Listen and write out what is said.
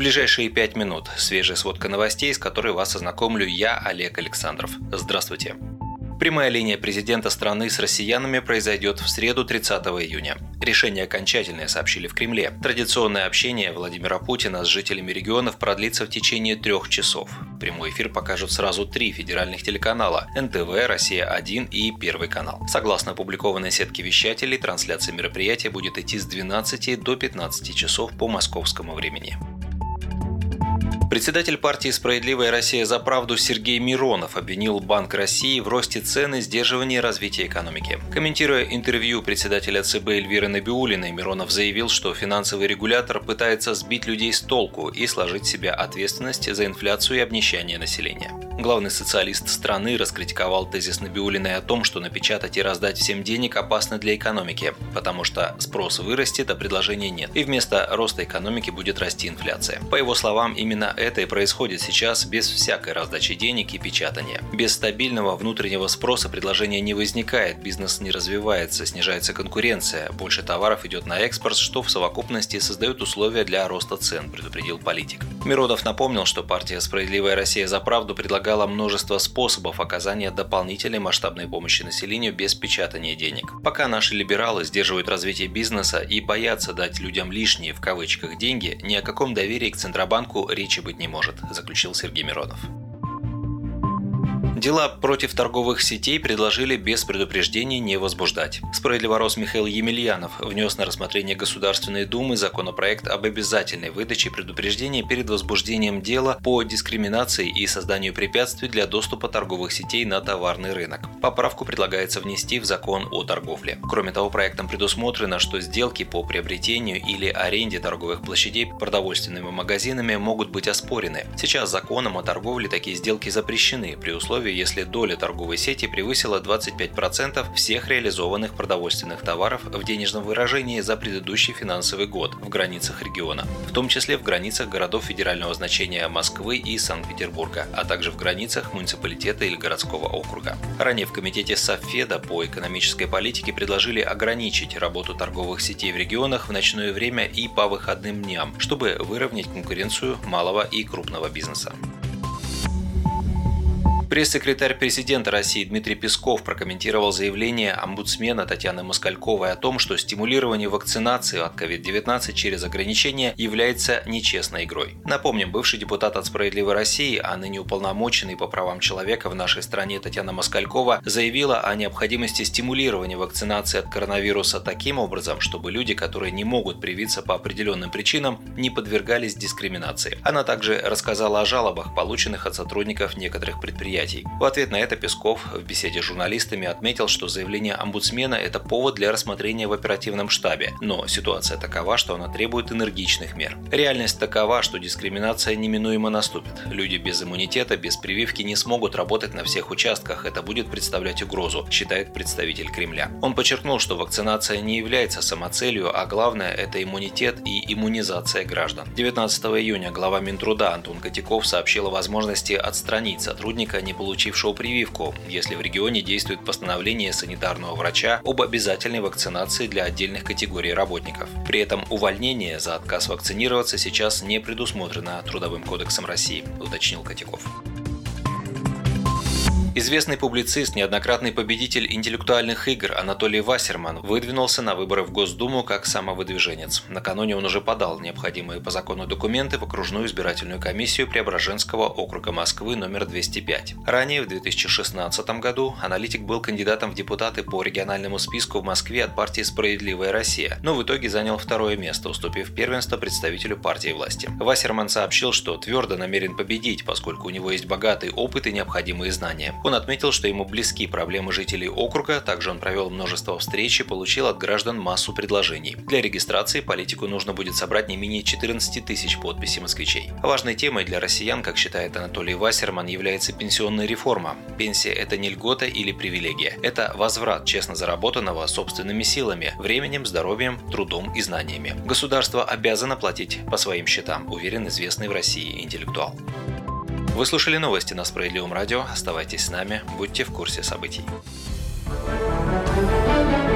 ближайшие 5 минут свежая сводка новостей, с которой вас ознакомлю я, Олег Александров. Здравствуйте. Прямая линия президента страны с россиянами произойдет в среду 30 июня. Решение окончательное, сообщили в Кремле. Традиционное общение Владимира Путина с жителями регионов продлится в течение 3 часов. Прямой эфир покажут сразу 3 федеральных телеканала – НТВ, Россия-1 и Первый канал. Согласно опубликованной сетке вещателей, трансляция мероприятия будет идти с 12 до 15 часов по московскому времени. Председатель партии «Справедливая Россия за правду» Сергей Миронов обвинил Банк России в росте цен и сдерживании развития экономики. Комментируя интервью председателя ЦБ Эльвиры Набиуллиной, Миронов заявил, что финансовый регулятор пытается сбить людей с толку и сложить в себя ответственность за инфляцию и обнищание населения. Главный социалист страны раскритиковал тезис Набиуллиной о том, что напечатать и раздать всем денег опасно для экономики, потому что спрос вырастет, а предложения нет, и вместо роста экономики будет расти инфляция. По его словам, именно это и происходит сейчас без всякой раздачи денег и печатания. Без стабильного внутреннего спроса предложения не возникает, бизнес не развивается, снижается конкуренция, больше товаров идет на экспорт, что в совокупности создает условия для роста цен, предупредил политик. Миронов напомнил, что партия «Справедливая Россия за правду» предлагала множество способов оказания дополнительной масштабной помощи населению без печатания денег. Пока наши либералы сдерживают развитие бизнеса и боятся дать людям лишние в кавычках деньги, ни о каком доверии к Центробанку речи быть не может, заключил Сергей Миронов. Дела против торговых сетей предложили без предупреждений не возбуждать. Справедливорос Михаил Емельянов внес на рассмотрение Государственной Думы законопроект об обязательной выдаче предупреждения перед возбуждением дела по дискриминации и созданию препятствий для доступа торговых сетей на товарный рынок. Поправку предлагается внести в закон о торговле. Кроме того, проектом предусмотрено, что сделки по приобретению или аренде торговых площадей продовольственными магазинами могут быть оспорены. Сейчас законом о торговле такие сделки запрещены при условии, если доля торговой сети превысила 25% всех реализованных продовольственных товаров в денежном выражении за предыдущий финансовый год в границах региона, в том числе в границах городов федерального значения Москвы и Санкт-Петербурга, а также в границах муниципалитета или городского округа. Ранее в комитете Совфеда по экономической политике предложили ограничить работу торговых сетей в регионах в ночное время и по выходным дням, чтобы выровнять конкуренцию малого и крупного бизнеса. Пресс-секретарь президента России Дмитрий Песков прокомментировал заявление омбудсмена Татьяны Москальковой о том, что стимулирование вакцинации от COVID-19 через ограничения является нечестной игрой. Напомним, бывший депутат от «Справедливой России», а ныне уполномоченный по правам человека в нашей стране Татьяна Москалькова заявила о необходимости стимулирования вакцинации от коронавируса таким образом, чтобы люди, которые не могут привиться по определенным причинам, не подвергались дискриминации. Она также рассказала о жалобах, полученных от сотрудников некоторых предприятий. В ответ на это Песков в беседе с журналистами отметил, что заявление омбудсмена – это повод для рассмотрения в оперативном штабе, но ситуация такова, что она требует энергичных мер. Реальность такова, что дискриминация неминуемо наступит. Люди без иммунитета, без прививки не смогут работать на всех участках, это будет представлять угрозу, считает представитель Кремля. Он подчеркнул, что вакцинация не является самоцелью, а главное – это иммунитет и иммунизация граждан. 19 июня глава Минтруда Антон Котяков сообщил о возможности отстранить сотрудника, не получившего прививку, если в регионе действует постановление санитарного врача об обязательной вакцинации для отдельных категорий работников. При этом увольнение за отказ вакцинироваться сейчас не предусмотрено Трудовым кодексом России, уточнил Котяков. Известный публицист, неоднократный победитель интеллектуальных игр Анатолий Вассерман выдвинулся на выборы в Госдуму как самовыдвиженец. Накануне он уже подал необходимые по закону документы в окружную избирательную комиссию Преображенского округа Москвы номер 205. Ранее, в 2016 году, аналитик был кандидатом в депутаты по региональному списку в Москве от партии «Справедливая Россия», но в итоге занял второе место, уступив первенство представителю партии власти. Вассерман сообщил, что твердо намерен победить, поскольку у него есть богатый опыт и необходимые знания. Он отметил, что ему близки проблемы жителей округа, также он провел множество встреч и получил от граждан массу предложений. Для регистрации политику нужно будет собрать не менее 14 тысяч подписей москвичей. Важной темой для россиян, как считает Анатолий Вассерман, является пенсионная реформа. Пенсия – это не льгота или привилегия. Это возврат честно заработанного собственными силами, временем, здоровьем, трудом и знаниями. Государство обязано платить по своим счетам, уверен известный в России интеллектуал. Вы слушали новости на Справедливом радио. Оставайтесь с нами, будьте в курсе событий.